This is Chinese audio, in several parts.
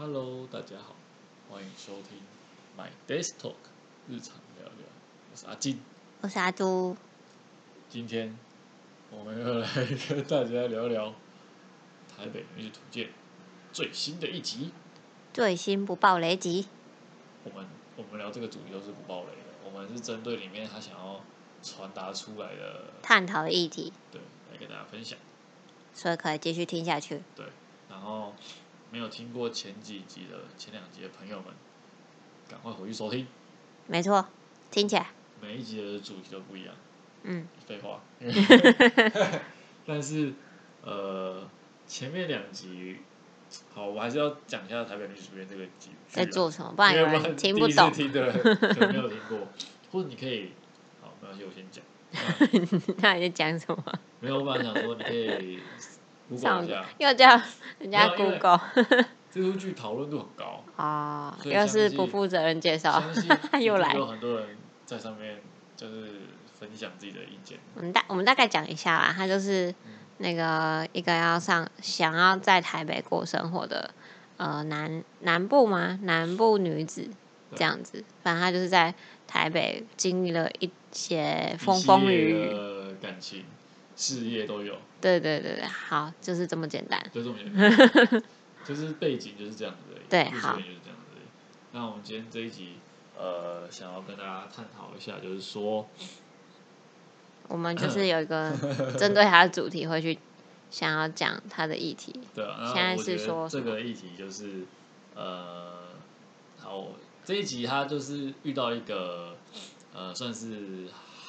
Hello， 大家好，欢迎收听 My Desk Talk 日常聊聊，我是阿金。 我是阿朱。 今天我们要来跟大家聊聊台北女子图鉴最新的一集。 最新不爆雷集。 我们聊这个主题都是不爆雷的，我们是针对里面他想要传达出来的探讨的议题， 对，来跟大家分享。 所以可以继续听下去。 对，然后没有听过前2集的朋友们，赶快回去收听。 没错，听起来每一集的主题都不一样。废话。但是前面2集，好，我还是要讲一下台北女子图鉴这个剧在做什么，不然有人听不懂。 第一次听的就没有听过，或者你可以，好，没关系，我先讲。 那你在讲什么？ 没有，我本来想说你可以 Google 一下， 又叫人家 Google。 这部剧讨论度很高哦，又是不负责任介绍，又来。 有很多人在上面就是分享自己的意见。 我们大概讲一下啦，他就是那个一个想要在台北过生活的南部女子这样子，反正他就是在台北经历了一些风风雨雨的感情、事业都有。 对，好，就是这么简单。 就这么简单。就是背景就是这样子而已。 对， 好。就是这样子而已。那我们今天这一集，想要跟大家探讨一下，就是说， 我们就是有一个针对他的主题会去想要讲他的议题。 对啊， 现在是说这个议题就是好，这一集他就是遇到一个算是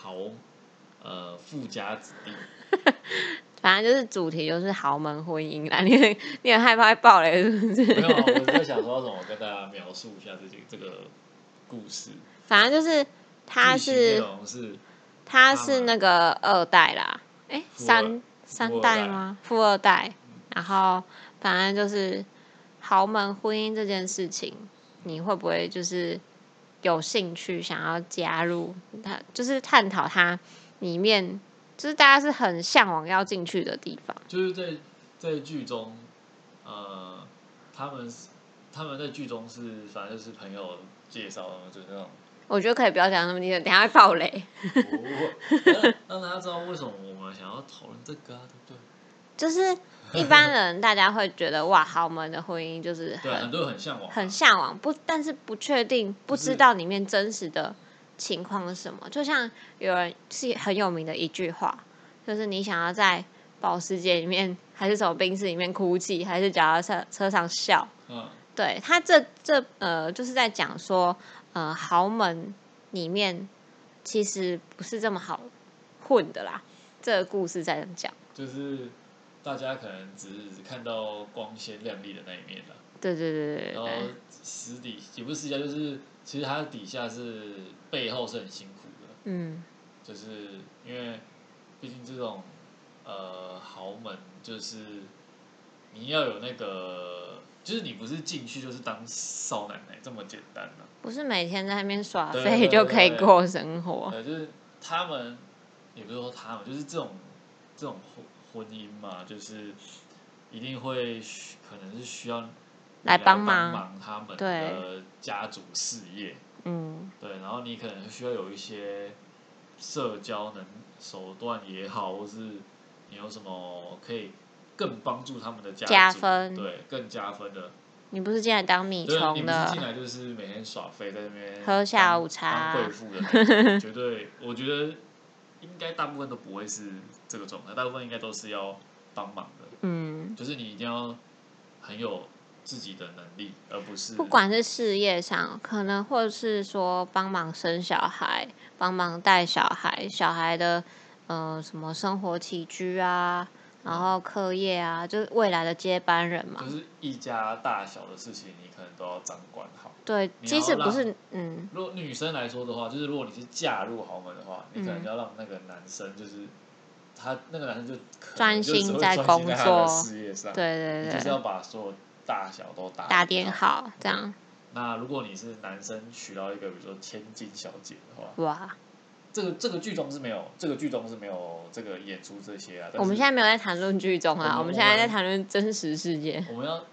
富家子弟。 反正就是主题就是豪门婚姻啦，你很害怕会爆雷是不是？ 没有，我在想说要怎么跟大家描述一下这个故事。反正就是他是那个2代啦，三代吗？富2代。然后反正就是豪门婚姻这件事情，你会不会就是有兴趣想要加入它？就是探讨它里面。就是大家是很向往要进去的地方。 就是在剧中，他们在剧中是反正就是朋友介绍，就是那种。 我觉得可以不要讲那么低，等一下会爆雷。 让大家知道为什么我们想要讨论这个啊，对不对？ 就是一般人大家会觉得哇，豪门的婚姻就是很多人很向往， 很向往，但是不确定，不知道里面真实的情况是什么。就像有人是很有名的一句话，就是你想要在保时捷里面，还是什么宾士里面哭泣，还是脚踏车上笑？对，他就是在讲说，豪门里面其实不是这么好混的啦。这个故事在讲， 就是大家可能只看到光鲜亮丽的那一面啦。 对。 然后也不是私底下，就是其实他底下是背后是很辛苦的。就是因为毕竟这种豪门，就是你要有那个，就是你不是进去就是当少奶奶这么简单啊。 不是每天在那边耍废就可以过生活。 对，就是他们，也不是说他们，就是这种婚姻嘛，就是一定会可能是需要来帮忙他们的家族事业。对，然后你可能需要有一些社交手段也好，或是你有什么可以更帮助他们的加分， 对，更加分的。 你不是进来当米虫的， 你不是进来就是每天耍废在那边喝下午茶， 当贵妇的那种。绝对，我觉得应该大部分都不会是这个状态，大部分应该都是要帮忙的。就是你一定要很有自己的能力，而不是不管是事业上，可能或是说帮忙生小孩，帮忙带小孩，小孩的什么生活起居啊，然后课业啊，就是未来的接班人嘛。 就是一家大小的事情，你可能都要掌管好。 对，即使不是如果女生来说的话，就是如果你是嫁入豪门的话，你可能要让那个男生就是那个男生就专心在工作、 他的事业上。 对， 你就是要把所有大小都打点好，这样。 那如果你是男生娶到一个比如说千金小姐的话， 哇， 这个剧中是没有这个演出这些啊。 我们现在没有在谈论剧中啊，我们现在在谈论真实事件。 我们要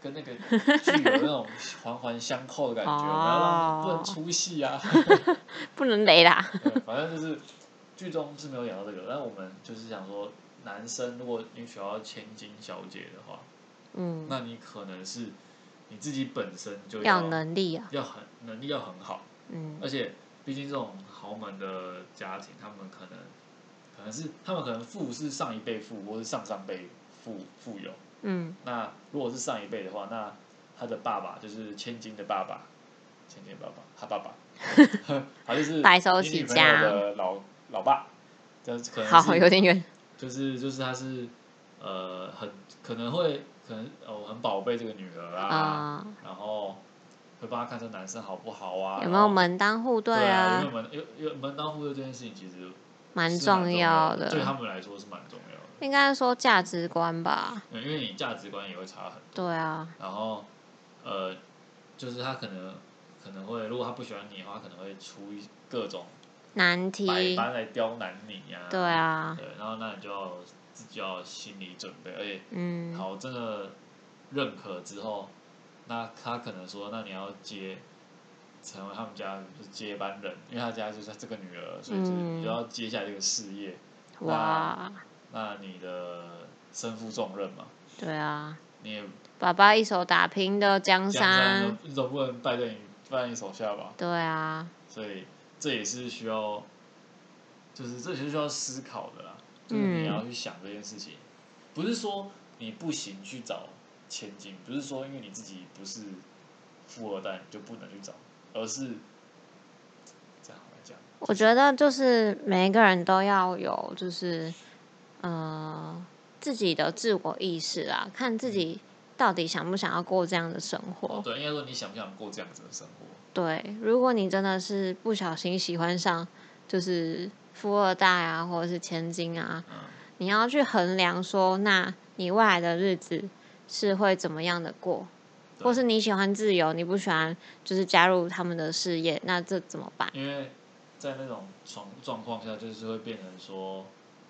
跟那个剧有那种环环相扣的感觉，我们要让不能出戏啊， 不能雷啦。 对，反正就是剧中是没有演到这个，但我们就是想说，男生如果你想要千金小姐的话，那你可能是你自己本身就要能力啊， 能力要很好，而且毕竟这种豪门的家庭，他们可能父是上一辈父，或是上上辈富有，那如果是上一辈的话，那他的爸爸就是千金的爸爸，他爸爸，他就是白手你女朋友起家的老爸，这可能好有点远， 就是他是可能很宝贝这个女儿啊，然后会帮他看这男生好不好啊， 有没有门当户对啊，有门当户对这件事情其实蛮重要的， 对他们来说是蛮重要的。 应该说价值观吧， 因为你价值观也会差很多。 对啊。 然后就是他可能会，如果他不喜欢你的话，他可能会出各种难题百般来刁难你呀。 对啊。 对，然后那你就要自己要心理准备，而且好真的认可之后，那他可能说，那你要成为他们家就是接班人，因为他家就是这个女儿，所以你就要接下来这个事业。哇！那你的身负重任嘛？ 对啊。 你也爸爸一手打拼的江山， 你总不能败在你手下吧？ 对啊。 所以这也是需要，就是这也是需要思考的啦。就是你要去想这件事情，不是说你不行去找千金，不是说因为你自己不是富二代你就不能去找，而是这样来讲。 我觉得就是每一个人都要有就是自己的自我意识啊，看自己到底想不想要过这样的生活。 对，应该说你想不想过这样子的生活？ 对，如果你真的是不小心喜欢上就是富二代啊，或者是千金啊，你要去衡量说，那你未来的日子是会怎么样的过，或是你喜欢自由，你不喜欢就是加入他们的事业，那这怎么办？ 因为在那种状况下，就是会变成说，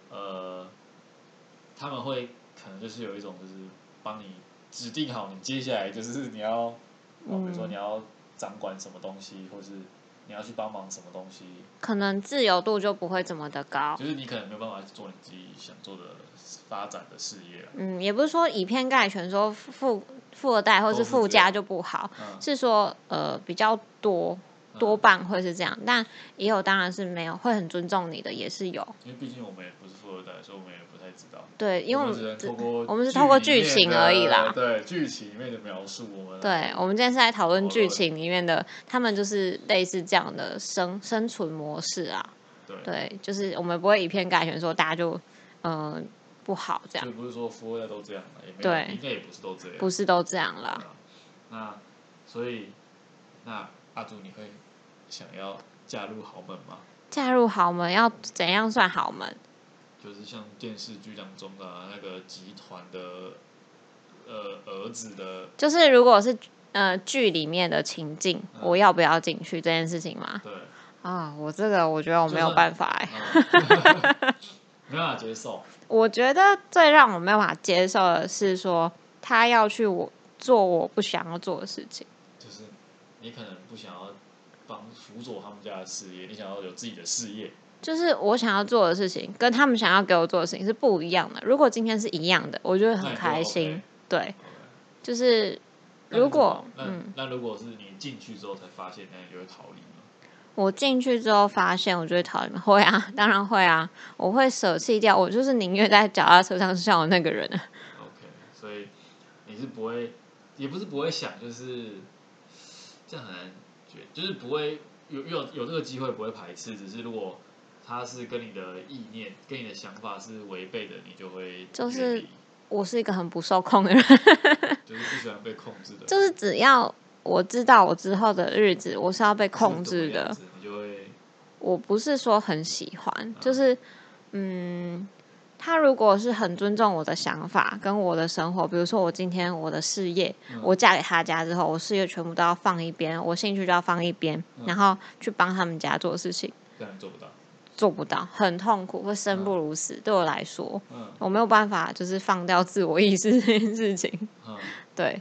他们会可能就是有一种就是帮你指定好你接下来就是你要，比如说你要掌管什么东西，或是你要去帮忙什么东西， 可能自由度就不会这么的高， 就是你可能没有办法做你自己想做的发展的事业。 也不是说以偏概全说富二代或是富家就不好，是说比较多半会是这样，但也有当然是没有会很尊重你的也是有， 因为毕竟我们也不是富二代，所以我们也不太知道。 对，因为我们是透过剧情而已啦。 对，剧情里面的描述， 对，我们今天是在讨论剧情里面的，他们就是类似这样的生存模式啊。对，就是我们不会以偏概全说大家就不好这样。 就不是说富二代都这样了，也没有，应该也不是都这样。 不是都这样啦。 那所以，那阿朱，你会想要嫁入豪门吗？ 嫁入豪门要怎样算豪门？ 就是像电视剧当中的那个集团的儿子的， 就是如果是剧里面的情境，我要不要进去这件事情吗？ 对。 我这个我觉得我没有办法没办法接受。 我觉得最让我没有办法接受的是说，他要去做我不想要做的事情。 就是你可能不想要辅佐他们家的事业，你想要有自己的事业。就是我想要做的事情，跟他们想要给我做的事情是不一样的。如果今天是一样的，我就会很开心。对，就是如果那如果是你进去之后才发现，那你就会逃离吗？ 我进去之后发现，我就会逃离吗？会啊，当然会啊，我会舍弃掉，我就是宁愿在脚踏车上像我那个人。 OK， 所以你是不会，也不是不会想，就是这样很难觉，就是不会有这个机会不会排斥，只是如果他是跟你的意念、跟你的想法是违背的，你就会就是我是一个很不受控的人， 就是不喜欢被控制的， 就是只要我知道我之后的日子我是要被控制的， 你就会。 我不是说很喜欢，就是他如果是很尊重我的想法跟我的生活，比如说我今天我的事业，我嫁给他家之后，我事业全部都要放一边，我兴趣就要放一边，然后去帮他们家做事情， 这样做不到， 很痛苦，会生不如死。对我来说，我没有办法就是放掉自我意识这件事情。对，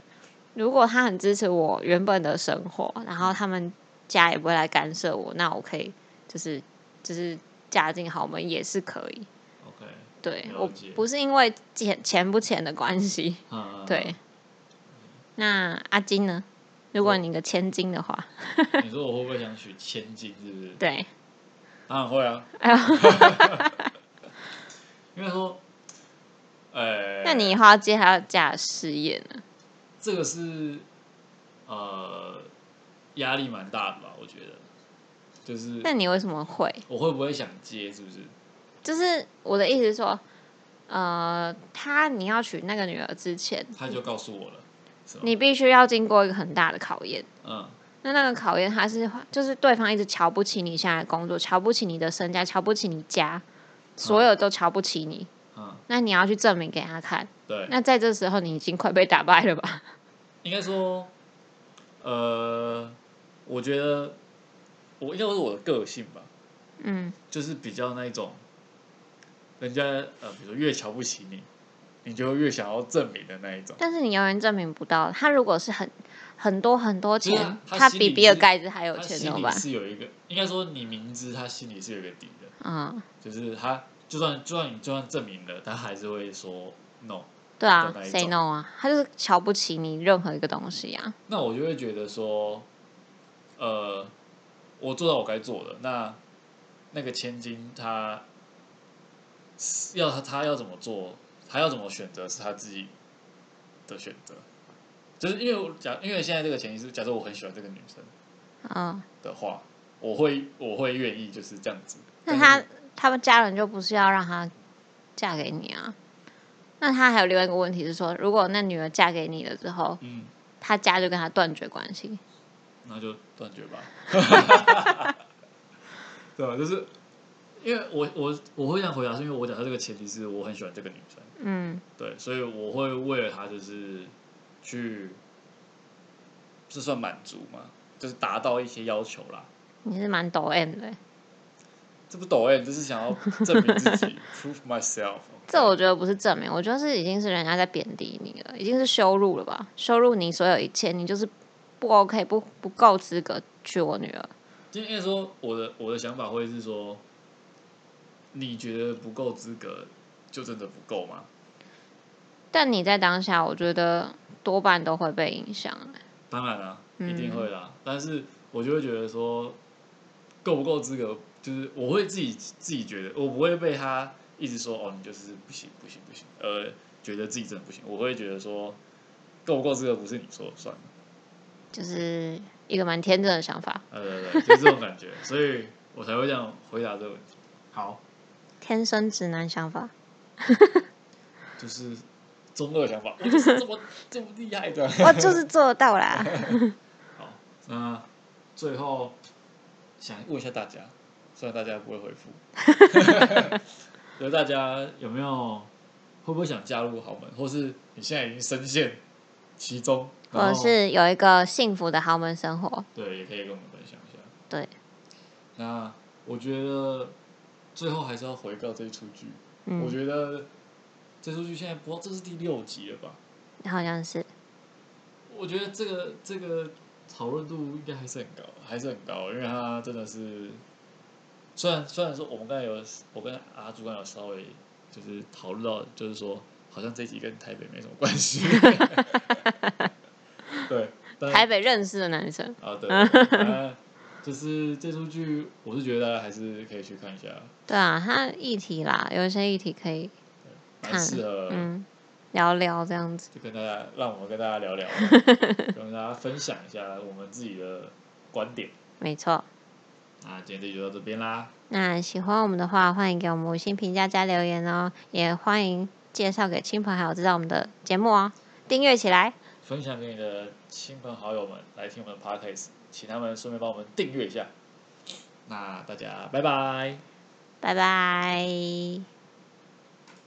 如果他很支持我原本的生活，然后他们家也不会来干涉我，那我可以就是嫁进豪门也是可以。 OK， 对，我不是因为钱不钱的关系。对。那阿金呢？如果你个千金的话， 你说我会不会想娶千金？是不是？ 对， 当然会啊。因为说， 那你以后要接他的家事业呢？ 这个是压力蛮大的吧？我觉得，就是。 那你为什么会？ 我会不会想接？是不是？ 就是我的意思是说，你要娶那个女儿之前， 他就告诉我了。 你必须要经过一个很大的考验。那个考验，就是对方一直瞧不起你现在的工作，瞧不起你的身家，瞧不起你家，所有都瞧不起你。那你要去证明给他看。 对。 那在这时候，你已经快被打败了吧？ 应该说，我觉得应该说是我的个性吧。就是比较那一种，人家比如说越瞧不起你，你就越想要证明的那一种。 但是你永远证明不到。他如果是很多很多钱，他比比尔盖茨还有钱怎么办？ 是有一个，应该说你明知他心里是有一个底的。就是他就算证明了，他还是会说 no。 对啊 ，say no 啊，他就是瞧不起你任何一个东西啊。 那我就会觉得说，我做到我该做的，那个千金他要怎么做，他要怎么选择是他自己的选择。就是因为现在这个前提是，假设我很喜欢这个女生的话，我会愿意就是这样子。 那他们家人就不是要让她嫁给你啊？那他还有另外一个问题是说，如果那女儿嫁给你了之后，他家就跟他断绝关系， 那就断绝吧。对吧？就是因为我会这样回答，是因为我假设这个前提是我很喜欢这个女生。对，所以我会为了她就是去，这算满足嘛？就是达到一些要求啦。 你是蛮抖 M 的。 这不抖 M， 就是想要证明自己，prove myself。 这我觉得不是证明，我觉得已经是人家在贬低你了，已经是羞辱了吧？羞辱你所有一切，你就是不 OK，不够资格娶我女儿。 今天说我的想法会是说，你觉得不够资格，就真的不够吗？ 但你在当下，我觉得多半都会被影响。 当然啦，一定会啦。但是我就会觉得说，够不够资格，就是我会自己觉得，我不会被他一直说哦，你就是不行，觉得自己真的不行。我会觉得说，够不够资格不是你说了算的。 就是一个蛮天真的想法。 对，就是这种感觉，所以我才会这样回答这个问题。好， 天生直男想法。 就是中二想法，我就是这么厉害的， 我就是做到啦。 好，那最后想问一下大家，虽然大家不会回复，就是大家会不会想加入豪门，或是你现在已经深陷其中， 或者是有一个幸福的豪门生活？ 对，也可以跟我们分享一下。 对， 那我觉得最后还是要回到这一出剧。我觉得这出剧现在播，这是第6集了吧？ 好像是。 我觉得这个讨论度应该还是很高，因为它真的是，虽然说我跟阿朱刚有稍微就是讨论到，就是说好像这集跟台北没什么关系。对， 台北认识的男生啊，对，就是这出剧，我是觉得大家还是可以去看一下。 对啊，它议题啦，有一些议题可以看， 适合聊聊这样子， 就让我们跟大家聊聊，跟大家分享一下我们自己的观点。 没错。 那今天就到这边啦。 那喜欢我们的话，欢迎给我们5星评价加留言哦，也欢迎介绍给亲朋好友知道我们的节目哦，订阅起来， 分享给你的亲朋好友们来听我们的 podcast， 请他们顺便帮我们订阅一下。那大家拜拜， 拜拜。